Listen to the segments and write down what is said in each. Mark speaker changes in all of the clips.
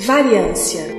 Speaker 1: Variância.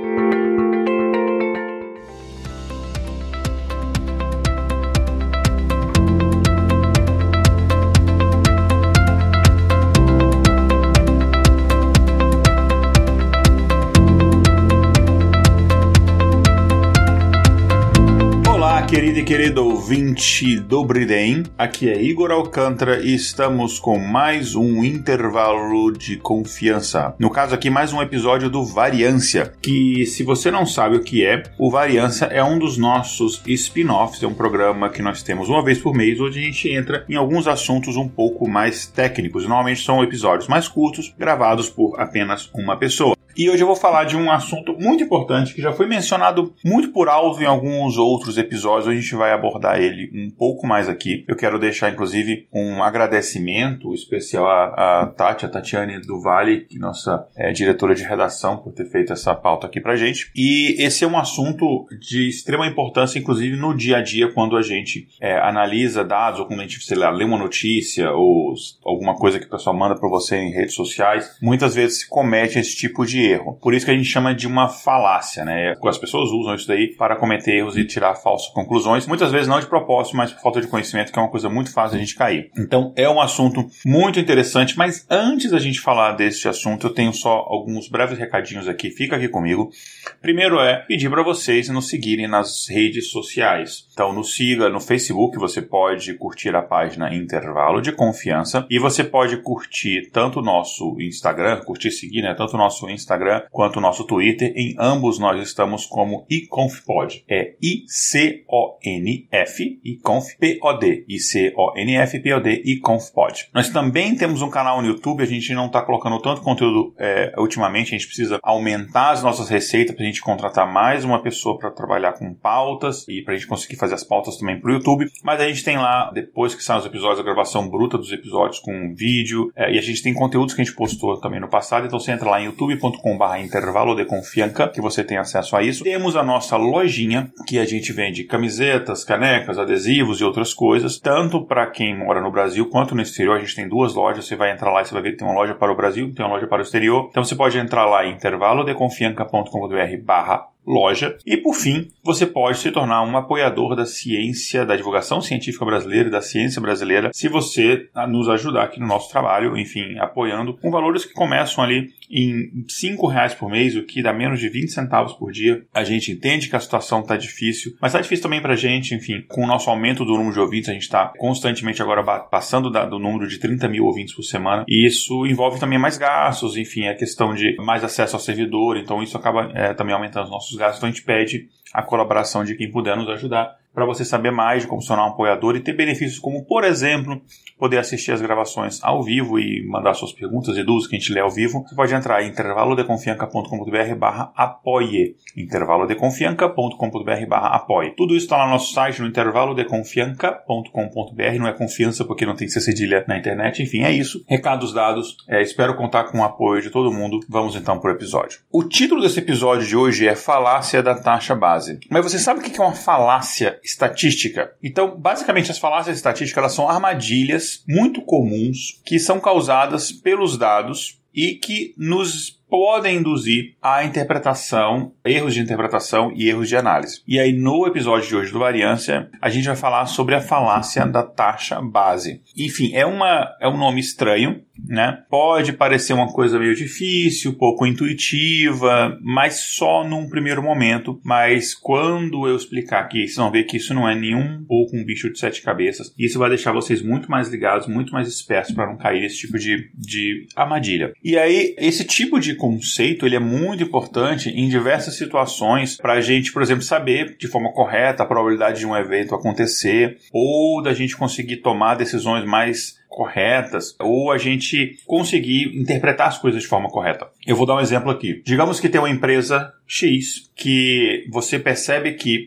Speaker 2: Querido e querido ouvinte do Bridem, aqui é Igor Alcântara e estamos com mais um intervalo de confiança. No caso aqui, mais um episódio do Variância, que se você não sabe o que é, o Variância é um dos nossos spin-offs, é um programa que nós temos uma vez por mês, onde a gente entra em alguns assuntos um pouco mais técnicos. Normalmente são episódios mais curtos, gravados por apenas uma pessoa. E hoje eu vou falar de um assunto muito importante que já foi mencionado muito por alto em alguns outros episódios. A gente vai abordar ele um pouco mais aqui. Eu quero deixar, inclusive, um agradecimento especial à Tatiane do Vale, nossa diretora de redação, por ter feito essa pauta aqui pra gente. E esse é um assunto de extrema importância, inclusive, no dia a dia, quando a gente analisa dados, ou quando a gente, sei lá, lê uma notícia, ou alguma coisa que o pessoal manda pra você em redes sociais. Muitas vezes se comete esse tipo de erro. Por isso que a gente chama de uma falácia, né? As pessoas usam isso daí para cometer erros e tirar falsas conclusões, muitas vezes não de propósito, mas por falta de conhecimento, que é uma coisa muito fácil a gente cair. Então, é um assunto muito interessante, mas antes da gente falar desse assunto, eu tenho só alguns breves recadinhos aqui, fica aqui comigo. Primeiro é pedir para vocês nos seguirem nas redes sociais. Então, nos siga no Facebook, você pode curtir a página Intervalo de Confiança, e você pode curtir tanto o nosso Instagram, seguir, né? Tanto o nosso Instagram quanto o nosso Twitter. Em ambos nós estamos como iconfpod. É ICONF, iconfpod, ICONFPOD, iconfpod. Nós também temos um canal no YouTube, a gente não está colocando tanto conteúdo ultimamente, a gente precisa aumentar as nossas receitas para a gente contratar mais uma pessoa para trabalhar com pautas e para a gente conseguir fazer as pautas também para o YouTube, mas a gente tem lá, depois que saem os episódios, a gravação bruta dos episódios com vídeo, e a gente tem conteúdos que a gente postou também no passado, então você entra lá em youtube.com/intervalo de confianca, que você tem acesso a isso. Temos a nossa lojinha, que a gente vende camisetas, canecas, adesivos e outras coisas, tanto para quem mora no Brasil quanto no exterior. A gente tem duas lojas, você vai entrar lá e você vai ver que tem uma loja para o Brasil, tem uma loja para o exterior. Então você pode entrar lá em intervalodeconfianca.com.br/loja. E por fim, você pode se tornar um apoiador da ciência, da divulgação científica brasileira e da ciência brasileira, se você nos ajudar aqui no nosso trabalho, enfim, apoiando com valores que começam ali em R$5 por mês, o que dá menos de 20 centavos por dia. A gente entende que a situação está difícil, mas está difícil também para a gente, enfim, com o nosso aumento do número de ouvintes, a gente está constantemente agora passando do número de 30 mil ouvintes por semana, e isso envolve também mais gastos, enfim, a questão de mais acesso ao servidor, então isso acaba também aumentando os nossos gastos, então a gente pede a colaboração de quem puder nos ajudar, para você saber mais de como se tornar um apoiador e ter benefícios como, por exemplo, poder assistir as gravações ao vivo e mandar suas perguntas e dúvidas que a gente lê ao vivo. Você pode entrar em intervalodeconfianca.com.br/apoie, intervalodeconfianca.com.br/apoie. Tudo isso está lá no nosso site, no intervalodeconfianca.com.br, não é confiança porque não tem que ser cedilha na internet. Enfim, é isso. Recados dados. Espero contar com o apoio de todo mundo. Vamos então para o episódio. O título desse episódio de hoje é Falácia da Taxa Base. Mas você sabe o que é uma falácia estatística? Então, basicamente, as falácias estatísticas elas são armadilhas muito comuns que são causadas pelos dados e que nos podem induzir a interpretação, erros de interpretação e erros de análise. E aí, no episódio de hoje do Variância, a gente vai falar sobre a falácia da taxa base. Enfim, é um nome estranho, né? Pode parecer uma coisa meio difícil, pouco intuitiva, mas só num primeiro momento. Mas quando eu explicar aqui, vocês vão ver que isso não é nenhum pouco um bicho de 7 cabeças. E isso vai deixar vocês muito mais ligados, muito mais espertos para não cair nesse tipo de armadilha. E aí, esse tipo de conceito ele é muito importante em diversas situações para a gente, por exemplo, saber de forma correta a probabilidade de um evento acontecer ou da gente conseguir tomar decisões mais corretas ou a gente conseguir interpretar as coisas de forma correta. Eu vou dar um exemplo aqui. Digamos que tem uma empresa X que você percebe que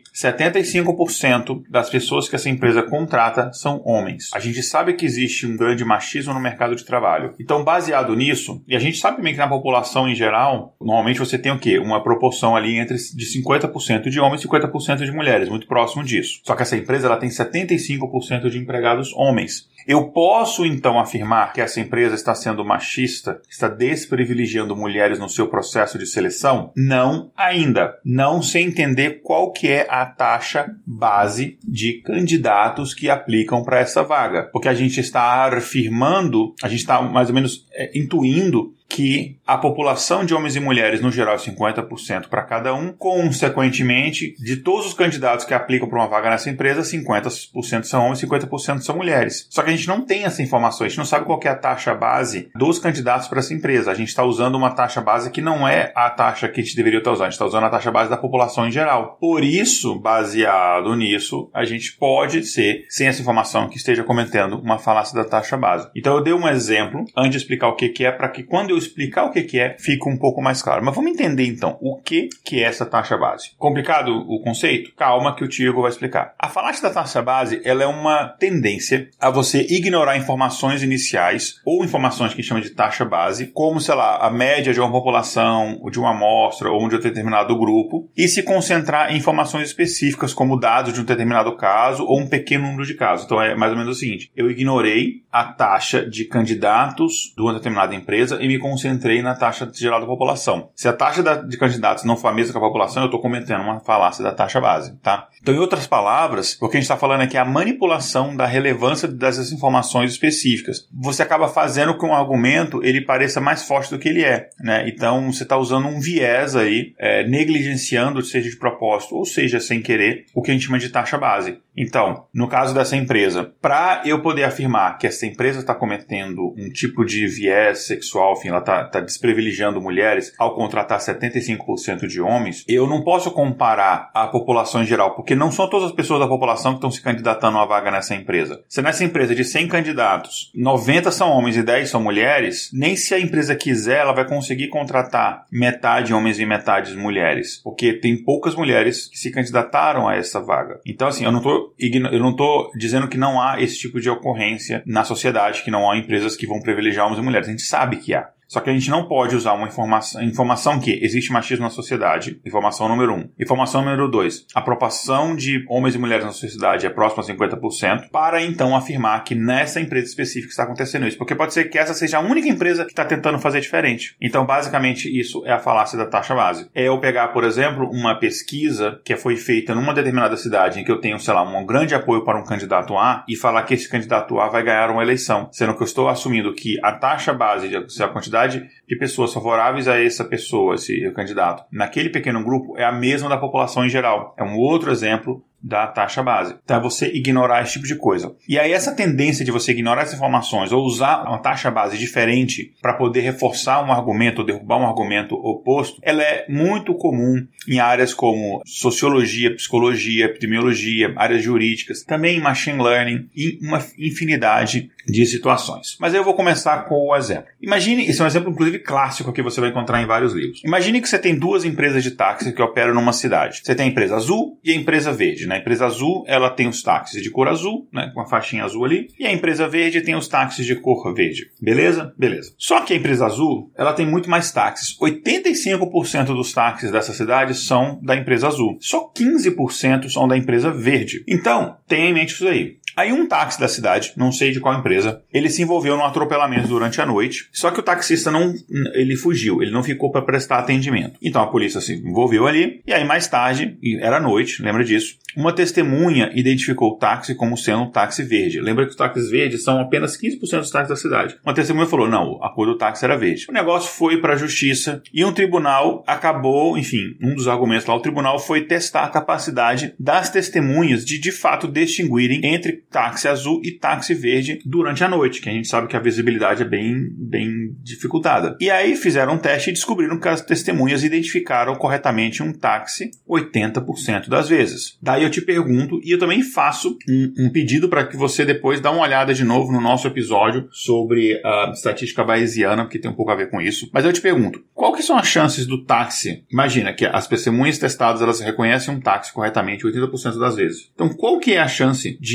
Speaker 2: 75% das pessoas que essa empresa contrata são homens. A gente sabe que existe um grande machismo no mercado de trabalho. Então, baseado nisso, e a gente sabe também que na população em geral, normalmente você tem o quê? Uma proporção ali de 50% de homens e 50% de mulheres, muito próximo disso. Só que essa empresa ela tem 75% de empregados homens. Eu posso posso então afirmar que essa empresa está sendo machista, está desprivilegiando mulheres no seu processo de seleção? Não ainda. Não sem entender qual que é a taxa base de candidatos que aplicam para essa vaga. Porque a gente está afirmando, a gente está mais ou menos intuindo que a população de homens e mulheres, no geral, é 50% para cada um. Consequentemente, de todos os candidatos que aplicam para uma vaga nessa empresa, 50% são homens e 50% são mulheres. Só que a gente não tem essa informação, a gente não sabe qual que é a taxa base dos candidatos para essa empresa. A gente está usando uma taxa base que não é a taxa que a gente deveria estar usando, a gente está usando a taxa base da população em geral. Por isso, baseado nisso, a gente pode ser, sem essa informação, que esteja cometendo uma falácia da taxa base. Então, eu dei um exemplo, antes de explicar o que é, para que quando eu explicar o que é, fica um pouco mais claro. Mas vamos entender então o que é essa taxa base. Complicado o conceito? Calma que o Tiago vai explicar. A falácia da taxa base, ela é uma tendência a você ignorar informações iniciais ou informações que a gente chama de taxa base, como, sei lá, a média de uma população, ou de uma amostra, ou de um determinado grupo, e se concentrar em informações específicas, como dados de um determinado caso ou um pequeno número de casos. Então é mais ou menos o seguinte: eu ignorei a taxa de candidatos de uma determinada empresa e me concentrei na taxa geral da população. Se a taxa de candidatos não for a mesma que a população, eu estou cometendo uma falácia da taxa base, tá? Então, em outras palavras, o que a gente está falando aqui é a manipulação da relevância dessas informações específicas. Você acaba fazendo com que um argumento ele pareça mais forte do que ele é, né? Então, você está usando um viés aí, negligenciando, seja de propósito ou seja sem querer, o que a gente chama de taxa base. Então, no caso dessa empresa, para eu poder afirmar que essa empresa está cometendo um tipo de viés sexual, enfim, ela está desprivilegiando mulheres ao contratar 75% de homens, eu não posso comparar a população em geral, porque não são todas as pessoas da população que estão se candidatando a uma vaga nessa empresa. Se nessa empresa de 100 candidatos, 90 são homens e 10 são mulheres, nem se a empresa quiser, ela vai conseguir contratar metade homens e metade mulheres, porque tem poucas mulheres que se candidataram a essa vaga. Então, assim, eu não estou dizendo que não há esse tipo de ocorrência na sociedade, que não há empresas que vão privilegiar homens e mulheres. A gente sabe que há. Só que a gente não pode usar uma informação que existe machismo na sociedade, informação número 1. Informação número 2, a proporção de homens e mulheres na sociedade é próxima a 50%, para então afirmar que nessa empresa específica está acontecendo isso. Porque pode ser que essa seja a única empresa que está tentando fazer diferente. Então, basicamente, isso é a falácia da taxa base. É eu pegar, por exemplo, uma pesquisa que foi feita numa determinada cidade em que eu tenho, sei lá, um grande apoio para um candidato A e falar que esse candidato A vai ganhar uma eleição, sendo que eu estou assumindo que a taxa base, a quantidade de pessoas favoráveis a essa pessoa, esse candidato, naquele pequeno grupo é a mesma da população em geral. É um outro exemplo da taxa base. Então é você ignorar esse tipo de coisa. E aí essa tendência de você ignorar essas informações ou usar uma taxa base diferente para poder reforçar um argumento ou derrubar um argumento oposto, ela é muito comum em áreas como sociologia, psicologia, epidemiologia, áreas jurídicas, também em machine learning e uma infinidade de situações. Mas eu vou começar com o exemplo. Imagine, esse é um exemplo inclusive clássico que você vai encontrar em vários livros. Imagine que você tem duas empresas de táxi que operam numa cidade. Você tem a empresa azul e a empresa verde, né? A empresa azul, ela tem os táxis de cor azul, né, com a faixinha azul ali, e a empresa verde tem os táxis de cor verde. Beleza? Beleza. Só que a empresa azul, ela tem muito mais táxis. 85% dos táxis dessa cidade são da empresa azul. Só 15% são da empresa verde. Então, tenha em mente isso aí. Aí um táxi da cidade, não sei de qual empresa, ele se envolveu num atropelamento durante a noite, só que o taxista ele fugiu, ele não ficou para prestar atendimento. Então a polícia se envolveu ali, e aí mais tarde, era noite, lembra disso, uma testemunha identificou o táxi como sendo um táxi verde. Lembra que os táxis verdes são apenas 15% dos táxis da cidade. Uma testemunha falou, não, a cor do táxi era verde. O negócio foi para a justiça e um tribunal acabou, enfim, um dos argumentos lá, o tribunal foi testar a capacidade das testemunhas de fato distinguirem entre táxi azul e táxi verde durante a noite, que a gente sabe que a visibilidade é bem dificultada. E aí fizeram um teste e descobriram que as testemunhas identificaram corretamente um táxi 80% das vezes. Daí eu te pergunto, e eu também faço um pedido para que você depois dá uma olhada de novo no nosso episódio sobre a estatística bayesiana, porque tem um pouco a ver com isso. Mas eu te pergunto, qual que são as chances do táxi? Imagina que as testemunhas testadas, elas reconhecem um táxi corretamente 80% das vezes. Então, qual que é a chance de uma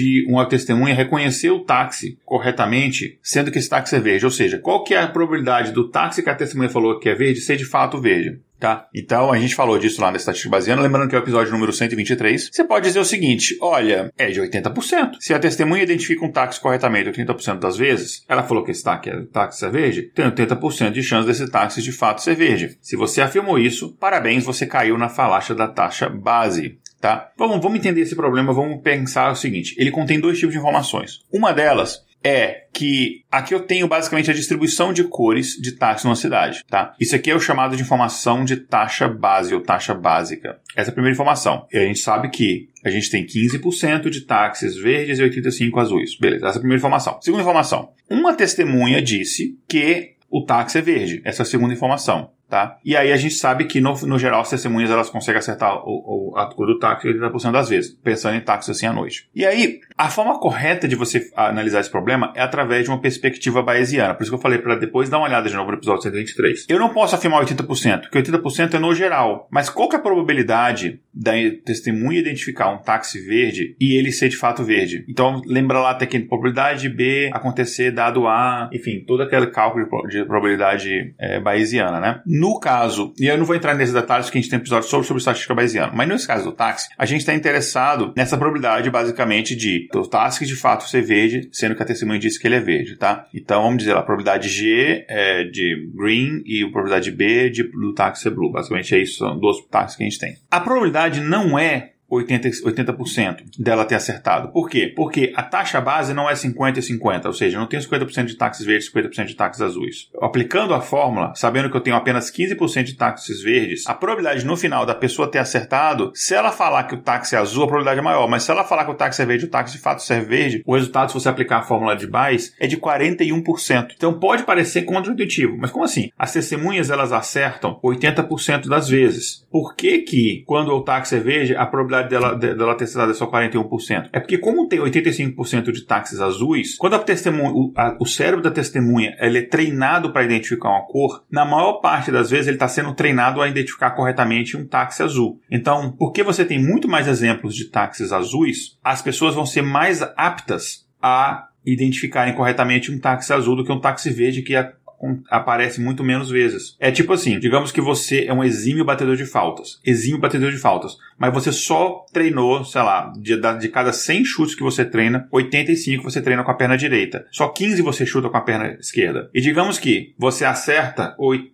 Speaker 2: testemunha reconhecer o táxi corretamente, sendo que esse táxi é verde. Ou seja, qual que é a probabilidade do táxi que a testemunha falou que é verde ser de fato verde? Tá? Então, a gente falou disso lá na estatística bayesiana, lembrando que é o episódio número 123. Você pode dizer o seguinte, olha, é de 80%. Se a testemunha identifica um táxi corretamente 80% das vezes, ela falou que esse táxi é verde, tem 80% de chance desse táxi de fato ser verde. Se você afirmou isso, parabéns, você caiu na falácia da taxa base. Tá? Vamos entender esse problema, vamos pensar o seguinte, ele contém dois tipos de informações. Uma delas é que aqui eu tenho basicamente a distribuição de cores de táxi numa cidade, tá? Isso aqui é o chamado de informação de taxa base ou taxa básica. Essa é a primeira informação. E a gente sabe que a gente tem 15% de táxis verdes e 85% azuis. Beleza, essa é a primeira informação. Segunda informação. Uma testemunha disse que o táxi é verde. Essa é a segunda informação. Tá? E aí a gente sabe que, no geral, as testemunhas elas conseguem acertar a cor do táxi 80% das vezes, pensando em táxi assim à noite. E aí, a forma correta de você analisar esse problema é através de uma perspectiva bayesiana. Por isso que eu falei para depois dar uma olhada de novo no episódio 123. Eu não posso afirmar 80%, porque 80% é no geral. Mas qual que é a probabilidade da testemunha identificar um táxi verde e ele ser de fato verde? Então, lembra lá até que a probabilidade B acontecer dado A, enfim, todo aquele cálculo de probabilidade bayesiana, né? No caso, e eu não vou entrar nesses detalhes porque a gente tem episódio sobre estatística bayesiana, mas nesse caso do táxi, a gente está interessado nessa probabilidade basicamente de o táxi de fato ser verde, sendo que a testemunha disse que ele é verde, tá? Então vamos dizer, a probabilidade G é de green e a probabilidade B do táxi ser blue. Basicamente é isso, são dois táxis que a gente tem. A probabilidade não é 80% dela ter acertado. Por quê? Porque a taxa base não é 50 e 50, ou seja, eu não tenho 50% de táxis verdes e 50% de táxis azuis. Aplicando a fórmula, sabendo que eu tenho apenas 15% de táxis verdes, a probabilidade no final da pessoa ter acertado, se ela falar que o táxi é azul, a probabilidade é maior, mas se ela falar que o táxi é verde, o táxi de fato ser verde, o resultado, se você aplicar a fórmula de Bayes, é de 41%. Então pode parecer contra-intuitivo, mas como assim? As testemunhas, elas acertam 80% das vezes. Por que quando o táxi é verde, a probabilidade dela ter acertado é só 41%? É porque como tem 85% de táxis azuis, quando o cérebro da testemunha ele é treinado para identificar uma cor, na maior parte das vezes ele está sendo treinado a identificar corretamente um táxi azul. Então, porque você tem muito mais exemplos de táxis azuis, as pessoas vão ser mais aptas a identificarem corretamente um táxi azul do que um táxi verde que aparece muito menos vezes. É tipo assim, digamos que você é um exímio batedor de faltas, mas você só treinou, sei lá, de cada 100 chutes que você treina, 85 você treina com a perna direita, só 15 você chuta com a perna esquerda. E digamos que você acerta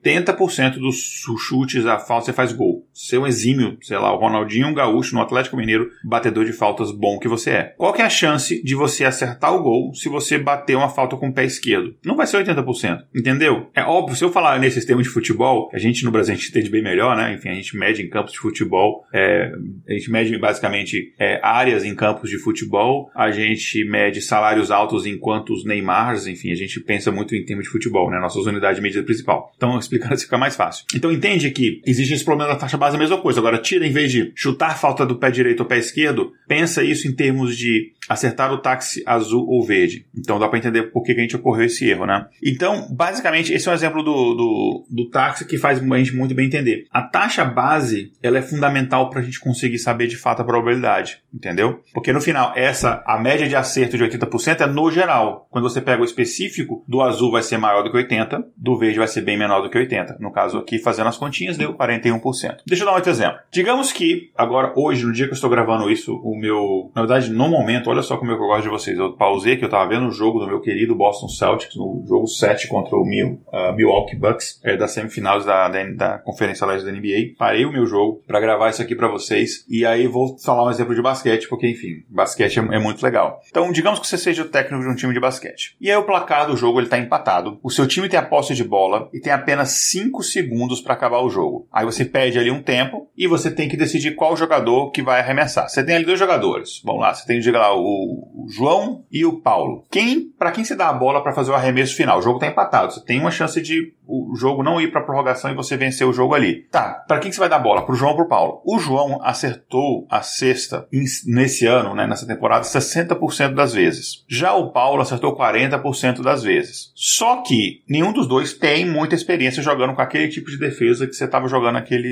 Speaker 2: 80% dos chutes a falta, você faz gol. Você é um exímio, sei lá, o Ronaldinho Gaúcho no Atlético Mineiro, batedor de faltas bom que você é. Qual que é a chance de você acertar o gol se você bater uma falta com o pé esquerdo? Não vai ser 80%, entendeu? É óbvio, se eu falar nesse sistema de futebol, a gente no Brasil a gente entende bem melhor, né? Enfim, a gente mede em campos de futebol, a gente mede basicamente áreas em campos de futebol, a gente mede salários altos em quantos Neymars, enfim, a gente pensa muito em termos de futebol, né? Nossas unidades de medida principal. Então, explicando isso fica mais fácil. Então, entende que existe esse problema da taxa base, a mesma coisa. Agora, tira, em vez de chutar a falta do pé direito ou pé esquerdo, pensa isso em termos de acertar o táxi azul ou verde. Então, dá para entender por que a gente ocorreu esse erro, né? Então, basicamente, esse é um exemplo do táxi que faz a gente muito bem entender. A taxa base, ela é fundamental para a gente conseguir saber de fato a probabilidade, entendeu? Porque no final, a média de acerto de 80% é no geral. Quando você pega o específico, do azul vai ser maior do que 80%, do verde vai ser bem menor do que 80%. No caso aqui, fazendo as continhas, deu 41%. Deixa eu dar um outro exemplo. Digamos que, agora, hoje, no dia que eu estou gravando isso, na verdade, no momento, olha só como eu gosto de vocês. Eu pausei que eu estava vendo o jogo do meu querido Boston Celtics, no jogo 7 contra o Milwaukee Bucks, das semifinais da Conferência Leste da NBA. Parei o meu jogo para gravar isso aqui para vocês. E aí vou falar um exemplo de basquete, porque, enfim, basquete é muito legal. Então, digamos que você seja o técnico de um time de basquete. E aí o placar do jogo está empatado. O seu time tem a posse de bola e tem apenas 5 segundos para acabar o jogo. Aí você pede ali um tempo e você tem que decidir qual jogador que vai arremessar. Você tem ali 2 jogadores. Vamos lá, você tem, diga lá, o João e o Paulo. Para quem você dá a bola para fazer o arremesso final? O jogo está empatado. Você tem uma chance de o jogo não ir para prorrogação e você vencer o jogo ali. Tá, para quem você vai dar a bola? Pro João ou pro Paulo? O João acertou a cesta nesse ano, né, nessa temporada, 60% das vezes. Já o Paulo acertou 40% das vezes. Só que nenhum dos dois tem muita experiência jogando com aquele tipo de defesa que você estava jogando naquele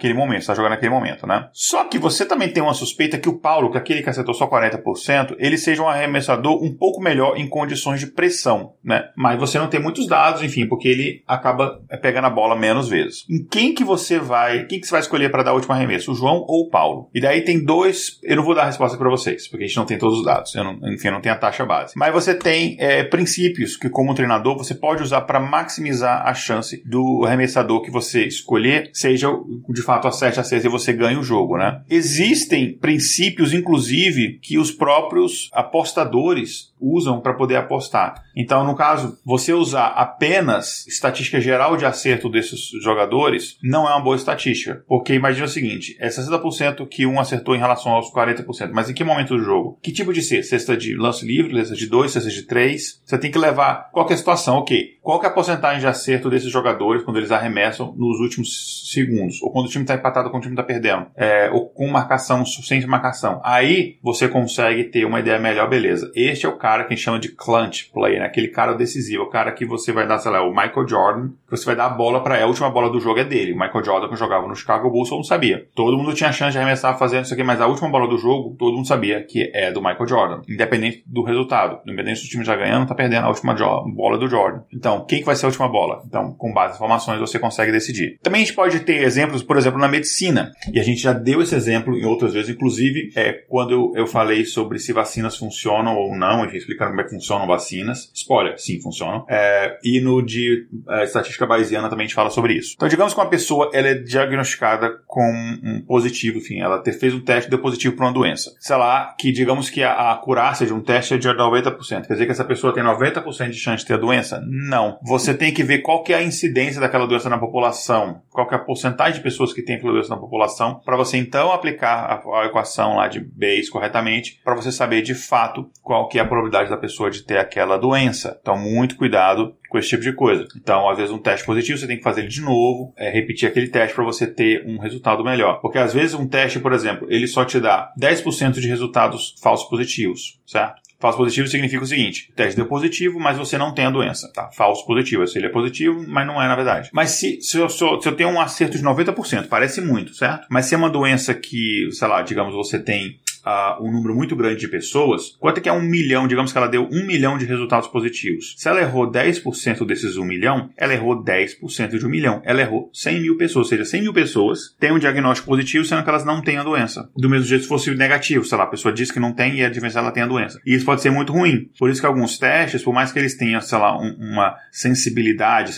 Speaker 2: naquele momento, você tá jogando naquele momento, né? Só que você também tem uma suspeita que o Paulo, que aquele que acertou só 40%, ele seja um arremessador um pouco melhor em condições de pressão, né? Mas você não tem muitos dados, enfim, porque ele acaba pegando a bola menos vezes. Em quem que você vai escolher para dar o último arremesso? O João ou o Paulo? E daí tem dois, eu não vou dar a resposta para vocês, porque a gente não tem todos os dados, eu não tenho a taxa base. Mas você tem princípios que, como treinador, você pode usar para maximizar a chance do arremessador que você escolher seja, de fato, a 7-6 e você ganha o jogo, né? Existem princípios, inclusive, que os próprios apostadores usam para poder apostar. Então, no caso, você usar apenas estatística geral de acerto desses jogadores não é uma boa estatística. Porque imagina o seguinte, é 60% que um acertou em relação aos 40%. Mas em que momento do jogo? Que tipo de cesta? Cesta de lance livre, cesta de 2, cesta de 3? Você tem que levar qualquer situação, ok. Qual que é a porcentagem de acerto desses jogadores quando eles arremessam nos últimos segundos? Ou quando o time está empatado, quando o time está perdendo? Ou com marcação, sem marcação. Aí você consegue ter uma ideia melhor, beleza. Este é o cara que a gente chama de clutch play, né? Aquele cara decisivo, o cara que você vai dar, sei lá, o Michael Jordan, que você vai dar a bola pra a última bola do jogo é dele. O Michael Jordan, que jogava no Chicago Bulls, eu não sabia. Todo mundo tinha chance de arremessar fazendo isso aqui, mas a última bola do jogo, todo mundo sabia que é do Michael Jordan, independente do resultado. Independente se o time já ganhando, tá perdendo a última bola do Jordan. Então, quem que vai ser a última bola? Então, com base em informações, você consegue decidir. Também a gente pode ter exemplos, por exemplo, na medicina. E a gente já deu esse exemplo em outras vezes, inclusive, quando eu falei sobre se vacinas funcionam ou não, enfim, explicando como é que funcionam vacinas. Spoiler, sim, funcionam. E no de estatística bayesiana também a gente fala sobre isso. Então, digamos que uma pessoa ela é diagnosticada com um positivo, enfim, ela fez um teste e deu positivo para uma doença. Sei lá, que digamos que a acurácia de um teste é de 90%. Quer dizer que essa pessoa tem 90% de chance de ter a doença? Não. Você tem que ver qual que é a incidência daquela doença na população, qual que é a porcentagem de pessoas que tem aquela doença na população, para você então aplicar a equação lá de Bayes corretamente, para você saber de fato qual que é a probabilidade da pessoa de ter aquela doença. Então, muito cuidado com esse tipo de coisa. Então, às vezes um teste positivo, você tem que fazer ele de novo, repetir aquele teste para você ter um resultado melhor. Porque às vezes um teste, por exemplo, ele só te dá 10% de resultados falsos positivos, certo? Falso positivo significa o seguinte, o teste deu positivo, mas você não tem a doença, tá? Falso positivo, se ele é positivo, mas não é na verdade. Mas se eu tenho um acerto de 90%, parece muito, certo? Mas se é uma doença que, sei lá, digamos, você tem um número muito grande de pessoas, quanto é que é 1 milhão, digamos que ela deu 1 milhão de resultados positivos. Se ela errou 10% desses 1 milhão, ela errou 10% de 1 milhão. Ela errou 100 mil pessoas, ou seja, 100 mil pessoas têm um diagnóstico positivo, sendo que elas não têm a doença. Do mesmo jeito se fosse negativo, sei lá, a pessoa diz que não tem e a diferença ela tem a doença. E isso pode ser muito ruim. Por isso que alguns testes, por mais que eles tenham, sei lá, uma sensibilidade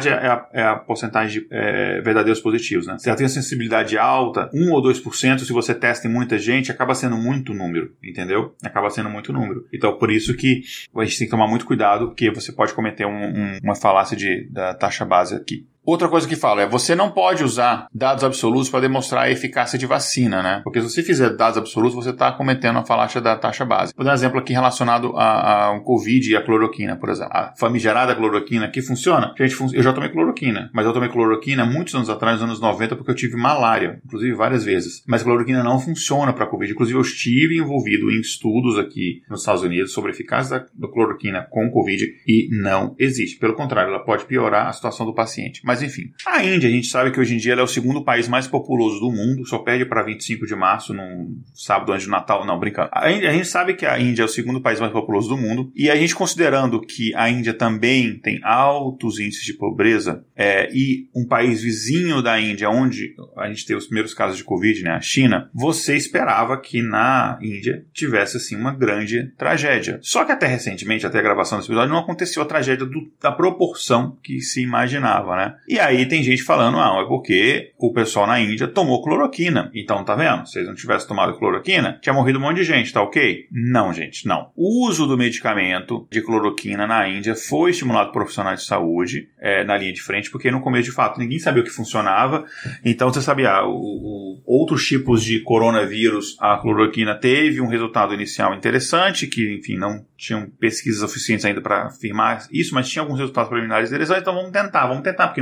Speaker 2: é a porcentagem de verdadeiros positivos, né? Se ela tem a sensibilidade alta, 1 ou 2%, se você testa em muita gente, acaba sendo muito número, entendeu? Acaba sendo muito número. Então, por isso que a gente tem que tomar muito cuidado, porque você pode cometer uma falácia da taxa base aqui. Outra coisa que falo você não pode usar dados absolutos para demonstrar a eficácia de vacina, né? Porque se você fizer dados absolutos, você está cometendo a falácia da taxa base. Vou dar um exemplo aqui relacionado a um Covid e a cloroquina, por exemplo. A famigerada cloroquina que funciona. Gente, eu já tomei cloroquina, mas eu tomei cloroquina muitos anos atrás, nos anos 90, porque eu tive malária, inclusive várias vezes. Mas a cloroquina não funciona para Covid. Inclusive, eu estive envolvido em estudos aqui nos Estados Unidos sobre a eficácia da cloroquina com Covid e não existe. Pelo contrário, ela pode piorar a situação do paciente. Mas enfim, a Índia, a gente sabe que hoje em dia ela é o segundo país mais populoso do mundo, só perde para 25 de março, num sábado antes do Natal, não, brincando. A gente sabe que a Índia é o segundo país mais populoso do mundo, e a gente considerando que a Índia também tem altos índices de pobreza, e um país vizinho da Índia, onde a gente teve os primeiros casos de Covid, né, a China, você esperava que na Índia tivesse, assim, uma grande tragédia. Só que até recentemente, até a gravação desse episódio, não aconteceu a tragédia da proporção que se imaginava, né? E aí tem gente falando, é porque o pessoal na Índia tomou cloroquina. Então, tá vendo? Se eles não tivessem tomado cloroquina, tinha morrido um monte de gente, tá ok? Não, gente, não. O uso do medicamento de cloroquina na Índia foi estimulado por profissionais de saúde na linha de frente, porque no começo, de fato, ninguém sabia o que funcionava. Então, você sabia, outros tipos de coronavírus, a cloroquina teve um resultado inicial interessante, que, enfim, não tinham pesquisas suficientes ainda para afirmar isso, mas tinha alguns resultados preliminares interessantes, então vamos tentar, porque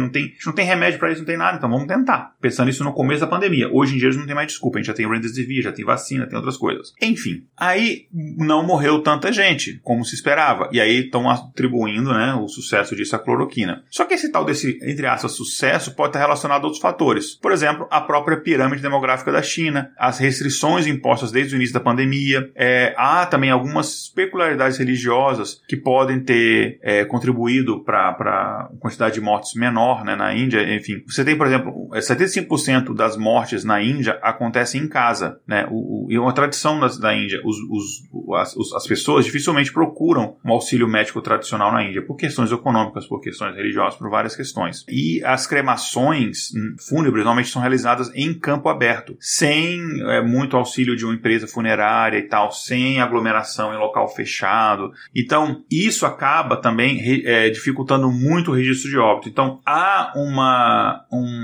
Speaker 2: a gente não tem remédio para isso, não tem nada, então vamos tentar. Pensando isso no começo da pandemia. Hoje em dia não tem mais desculpa, a gente já tem remdesivir, já tem vacina, tem outras coisas. Enfim, aí não morreu tanta gente como se esperava. E aí estão atribuindo, né, o sucesso disso à cloroquina. Só que esse tal desse, entre aspas, sucesso pode estar relacionado a outros fatores. Por exemplo, a própria pirâmide demográfica da China, as restrições impostas desde o início da pandemia, há também algumas peculiaridades religiosas que podem ter contribuído para uma quantidade de mortes menor, né, na Índia. Enfim, você tem, por exemplo, 75% das mortes na Índia acontecem em casa, né? E uma tradição da Índia, as pessoas dificilmente procuram um auxílio médico tradicional na Índia, por questões econômicas, por questões religiosas, por várias questões. E as cremações fúnebres normalmente são realizadas em campo aberto, sem muito auxílio de uma empresa funerária e tal, sem aglomeração em local fechado. Então, isso acaba também dificultando muito o registro de óbito. Então, há uma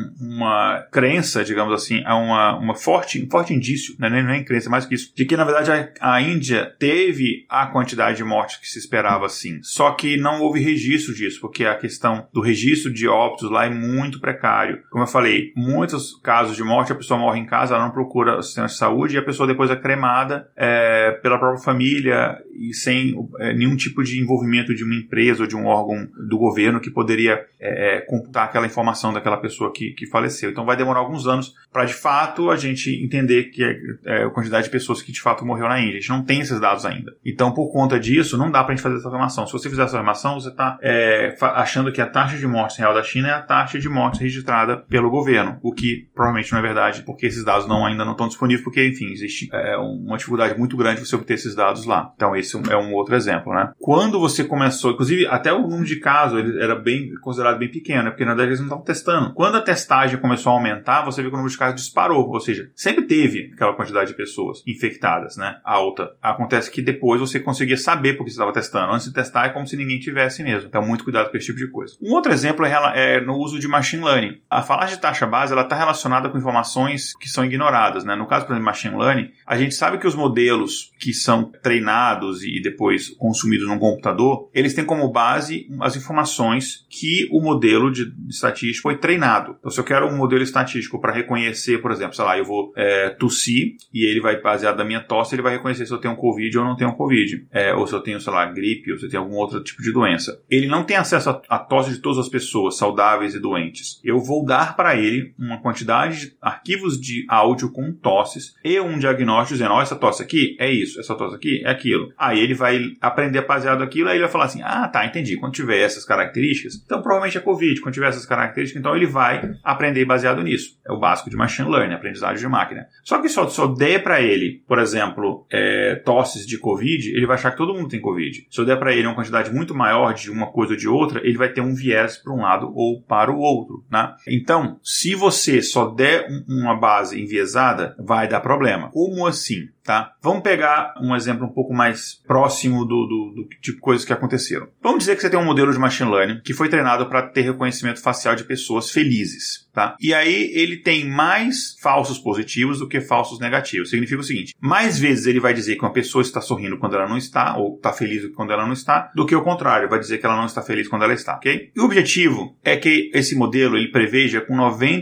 Speaker 2: crença, digamos assim, há um forte indício, né? Não é crença, mais que isso, de que, na verdade, a Índia teve a quantidade de mortes que se esperava, sim. Só que não houve registro disso, porque a questão do registro de óbitos lá é muito precário. Como eu falei, muitos casos de morte, a pessoa morre em casa, ela não procura assistência de saúde e a pessoa depois é cremada pela própria família e sem nenhum tipo de envolvimento de uma empresa ou de um órgão do governo que poderia computar aquela informação daquela pessoa que faleceu. Então vai demorar alguns anos para, de fato, a gente entender que a quantidade de pessoas que de fato morreu na Índia. A gente não tem esses dados ainda. Então, por conta disso, não dá pra gente fazer essa afirmação. Se você fizer essa afirmação, você está achando que a taxa de mortes real da China é a taxa de mortes registrada pelo governo, o que provavelmente não é verdade, porque esses dados ainda não estão disponíveis, porque, enfim, existe uma dificuldade muito grande de você obter esses dados lá. Então, esse é um outro exemplo, né? Quando você começou, inclusive, até o número de casos ele era considerado bem pequeno, né? Porque, na verdade, eles não estavam testando. Quando a testagem começou a aumentar, você viu que o número de casos disparou, ou seja, sempre teve aquela quantidade de pessoas infectadas, né? Alta. Acontece que depois você conseguia saber porque você estava testando. Antes de testar é como se ninguém tivesse mesmo. Então, muito cuidado com esse tipo de coisa. Um outro exemplo é no uso de machine learning. A falácia de taxa base, ela está relacionada com informações que são ignoradas, né? No caso, por exemplo, de machine learning, a gente sabe que os modelos que são treinados e depois consumidos num computador, eles têm como base as informações que o modelo de estatístico foi treinado. Então, se eu quero um modelo estatístico para reconhecer, por exemplo, sei lá, eu vou tossir e ele vai, baseado na minha tosse, ele vai reconhecer se eu tenho um Covid ou não tenho um Covid. Ou se eu tenho, sei lá, gripe, ou se eu tenho algum outro tipo de doença. Ele não tem acesso à tosse de todas as pessoas saudáveis e doentes. Eu vou dar para ele uma quantidade de arquivos de áudio com tosses e um diagnóstico dizendo, essa tosse aqui é isso, essa tosse aqui é aquilo. Aí ele vai aprender baseado naquilo, aí ele vai falar assim, tá, entendi. Quando tiver essas características, então provavelmente é Covid. Quando tiver essas características, então ele vai aprender baseado nisso. É o básico de machine learning, aprendizagem de máquina. Só que se eu der para ele, por exemplo, tosses de Covid, ele vai achar que todo mundo tem Covid. Se eu der para ele uma quantidade muito maior de uma coisa ou de outra, ele vai ter um viés para um lado ou para o outro, né? Então, se você só der uma base enviesada, vai dar problema. Como assim? Tá? Vamos pegar um exemplo um pouco mais próximo do tipo de coisas que aconteceram. Vamos dizer que você tem um modelo de machine learning que foi treinado para ter reconhecimento facial de pessoas felizes. Tá? E aí ele tem mais falsos positivos do que falsos negativos. Significa o seguinte, mais vezes ele vai dizer que uma pessoa está sorrindo quando ela não está, ou está feliz quando ela não está, do que o contrário, vai dizer que ela não está feliz quando ela está, ok? E o objetivo é que esse modelo ele preveja com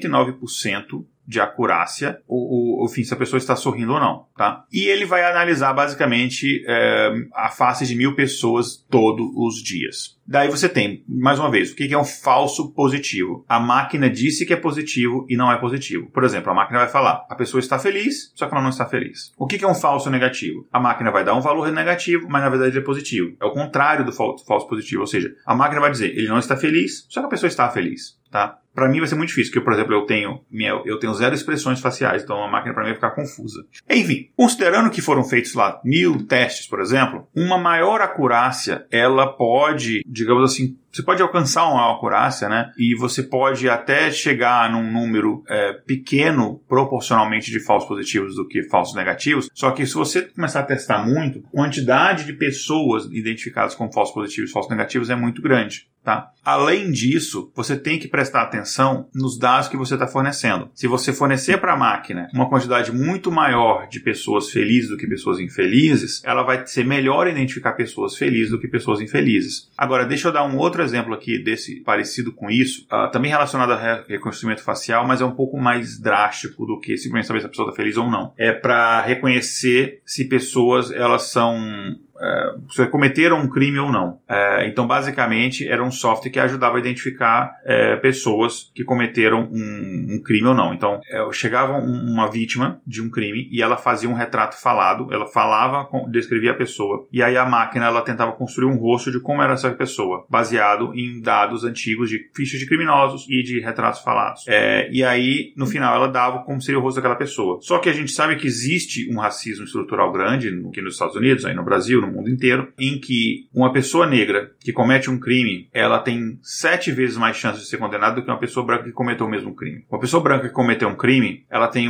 Speaker 2: 99% de acurácia, enfim, se a pessoa está sorrindo ou não, tá? E ele vai analisar basicamente a face de 1000 pessoas todos os dias. Daí você tem, mais uma vez, o que é um falso positivo? A máquina disse que é positivo e não é positivo. Por exemplo, a máquina vai falar, a pessoa está feliz, só que ela não está feliz. O que é um falso negativo? A máquina vai dar um valor negativo, mas na verdade ele é positivo. É o contrário do falso positivo, ou seja, a máquina vai dizer, ele não está feliz, só que a pessoa está feliz, tá? Para mim vai ser muito difícil, porque, por exemplo, eu tenho 0 expressões faciais, então a máquina para mim vai ficar confusa. Enfim, considerando que foram feitos lá 1000 testes, por exemplo, uma maior acurácia, ela pode, digamos assim, você pode alcançar uma maior acurácia, né? E você pode até chegar num número pequeno, proporcionalmente, de falsos positivos do que falsos negativos. Só que se você começar a testar muito, a quantidade de pessoas identificadas como falsos positivos e falsos negativos é muito grande, tá? Além disso, você tem que prestar atenção atenção nos dados que você está fornecendo. Se você fornecer para a máquina uma quantidade muito maior de pessoas felizes do que pessoas infelizes, ela vai ser melhor identificar pessoas felizes do que pessoas infelizes. Agora, deixa eu dar um outro exemplo aqui desse parecido com isso, também relacionado a reconhecimento facial, mas é um pouco mais drástico do que simplesmente saber se a pessoa está feliz ou não. É para reconhecer se pessoas elas são se cometeram um crime ou não. Então, basicamente, era um software que ajudava a identificar pessoas que cometeram um crime ou não. Então, chegava uma vítima de um crime e ela fazia um retrato falado, ela falava, descrevia a pessoa, e aí a máquina ela tentava construir um rosto de como era essa pessoa, baseado em dados antigos de fichas de criminosos e de retratos falados. E aí, no final, ela dava como seria o rosto daquela pessoa. Só que a gente sabe que existe um racismo estrutural grande aqui nos Estados Unidos, aí no Brasil, no mundo inteiro, em que uma pessoa negra que comete um crime, ela tem 7 vezes mais chance de ser condenada do que uma pessoa branca que cometeu o mesmo crime. Uma pessoa branca que cometeu um crime, ela tem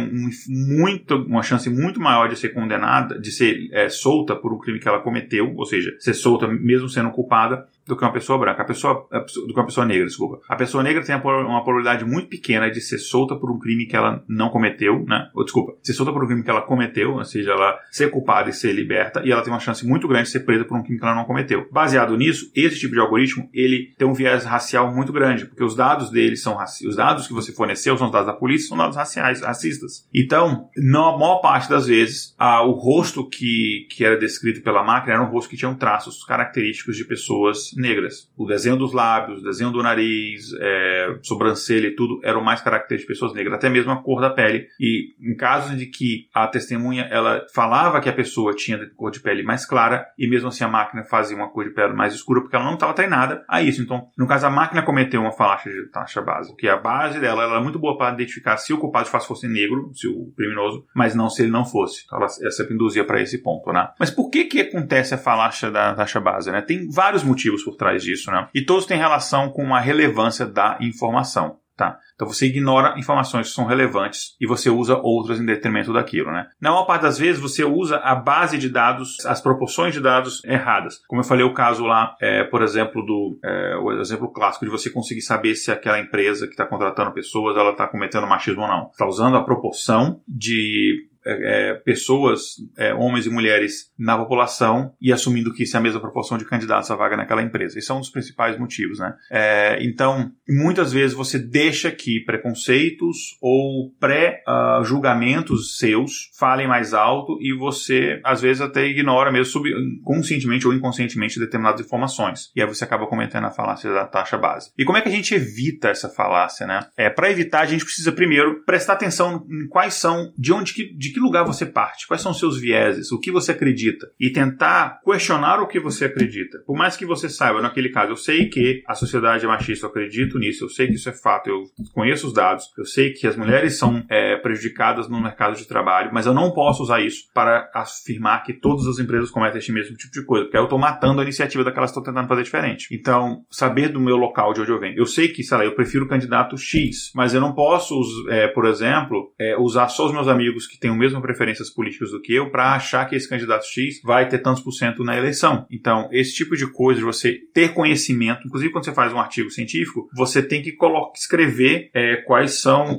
Speaker 2: uma chance muito maior de ser condenada, de ser solta por um crime que ela cometeu, ou seja, ser solta mesmo sendo culpada, do que uma pessoa branca, do que uma pessoa negra, desculpa. A pessoa negra tem uma probabilidade muito pequena de ser solta por um crime que ela não cometeu, né? Ser solta por um crime que ela cometeu, ou seja, ela ser culpada e ser liberta, e ela tem uma chance muito grande de ser presa por um crime que ela não cometeu. Baseado nisso, esse tipo de algoritmo, ele tem um viés racial muito grande, porque os dados dele são os dados que você forneceu são os dados da polícia, são dados raciais, racistas. Então, na maior parte das vezes, o rosto que era descrito pela máquina era um rosto que tinha traços característicos de pessoas negras. O desenho dos lábios, o desenho do nariz, sobrancelha e tudo eram mais características de pessoas negras, até mesmo a cor da pele. E em casos de que a testemunha ela falava que a pessoa tinha cor de pele mais clara e mesmo assim a máquina fazia uma cor de pele mais escura porque ela não estava treinada a isso. Então, no caso, a máquina cometeu uma falácia de taxa base, porque a base dela ela é muito boa para identificar se o culpado de fato fosse negro, se o criminoso, mas não se ele não fosse. Então, ela sempre induzia para esse ponto, né? Mas por que acontece a falácia da taxa base, né? Tem vários motivos por trás disso, né? E todos têm relação com a relevância da informação, tá? Então você ignora informações que são relevantes e você usa outras em detrimento daquilo, né? Na maior parte das vezes você usa a base de dados, as proporções de dados erradas. Como eu falei o caso lá, por exemplo, o exemplo clássico de você conseguir saber se aquela empresa que está contratando pessoas, ela está cometendo machismo ou não. Está usando a proporção de pessoas, homens e mulheres na população e assumindo que isso é a mesma proporção de candidatos à vaga naquela empresa. Esse é um dos principais motivos, né? Então, muitas vezes você deixa que preconceitos ou pré-julgamentos seus falem mais alto e você, às vezes, até ignora mesmo conscientemente ou inconscientemente determinadas informações. E aí você acaba cometendo a falácia da taxa base. E como é que a gente evita essa falácia, né? Para evitar, a gente precisa primeiro prestar atenção em quais são, de que lugar você parte, quais são os seus vieses, o que você acredita, e tentar questionar o que você acredita. Por mais que você saiba, naquele caso, eu sei que a sociedade é machista, eu acredito nisso, eu sei que isso é fato, eu conheço os dados, eu sei que as mulheres são prejudicadas no mercado de trabalho, mas eu não posso usar isso para afirmar que todas as empresas cometem esse mesmo tipo de coisa, porque aí eu estou matando a iniciativa daquelas que estão tentando fazer diferente. Então, saber do meu local de onde eu venho. Eu sei que, sei lá, eu prefiro o candidato X, mas eu não posso, por exemplo, usar só os meus amigos que têm o mesmo preferências políticas do que eu para achar que esse candidato X vai ter tantos % na eleição. Então, esse tipo de coisa de você ter conhecimento, inclusive quando você faz um artigo científico, você tem que escrever quais são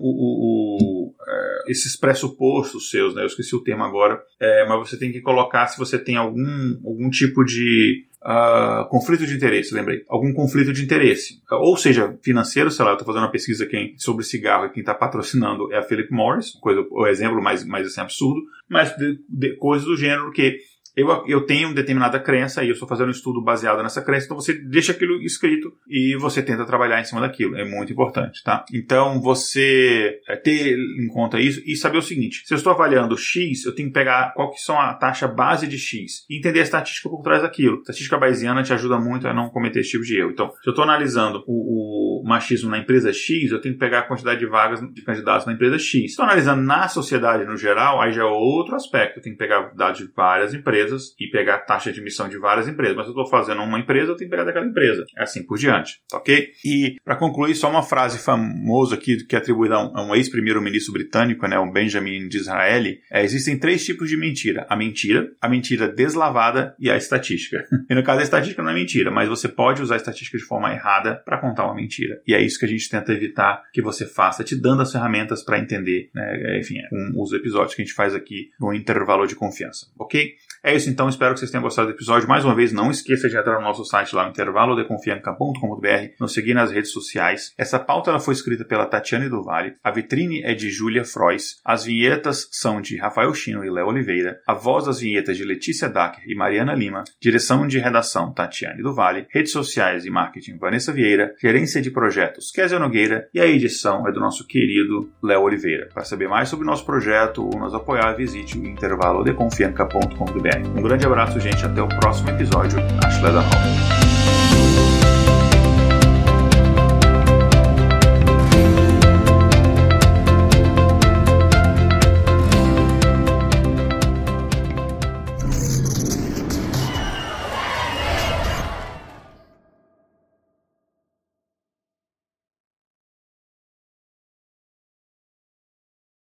Speaker 2: esses pressupostos seus, né? Eu esqueci o termo agora, mas você tem que colocar se você tem algum tipo de conflito de interesse, lembrei. Algum conflito de interesse. Ou seja, financeiro, sei lá, eu estou fazendo uma pesquisa sobre cigarro e quem está patrocinando é a Philip Morris, o exemplo mais assim, absurdo, mas de coisas do gênero que eu tenho determinada crença e eu estou fazendo um estudo baseado nessa crença, então você deixa aquilo escrito e você tenta trabalhar em cima daquilo. É muito importante, tá? Então, você ter em conta isso e saber o seguinte, se eu estou avaliando X, eu tenho que pegar qual que são a taxa base de X e entender a estatística por trás daquilo. A estatística bayesiana te ajuda muito a não cometer esse tipo de erro. Então, se eu estou analisando o machismo na empresa X, eu tenho que pegar a quantidade de vagas de candidatos na empresa X. Se estou analisando na sociedade no geral, aí já é outro aspecto. Eu tenho que pegar dados de várias empresas e pegar a taxa de admissão de várias empresas. Mas se eu estou fazendo uma empresa, eu tenho que pegar daquela empresa. Assim por diante, ok? E, para concluir, só uma frase famosa aqui que é atribuída a um ex-primeiro-ministro britânico, né, o Benjamin Disraeli. Existem 3 tipos de mentira. A mentira deslavada e a estatística. E no caso, a estatística não é mentira, mas você pode usar a estatística de forma errada para contar uma mentira. siga. E é isso que a gente tenta evitar que você faça, te dando as ferramentas para entender, né? Enfim, com os episódios que a gente faz aqui no intervalo de confiança, ok? É isso então, espero que vocês tenham gostado do episódio. Mais uma vez, não esqueça de entrar no nosso site lá no intervalodeconfianca.com.br, nos seguir nas redes sociais. Essa pauta ela foi escrita pela Tatiane do Vale, a vitrine é de Júlia Frois, as vinhetas são de Rafael Chino e Léo Oliveira, a voz das vinhetas de Letícia Dacker e Mariana Lima, direção de redação Tatiane do Vale, redes sociais e marketing Vanessa Vieira, gerência de projetos Kézia Nogueira e a edição é do nosso querido Léo Oliveira. Para saber mais sobre o nosso projeto ou nos apoiar, visite o intervalodeconfianca.com.br. Um grande abraço, gente. Até o próximo episódio. Ashley da Hall.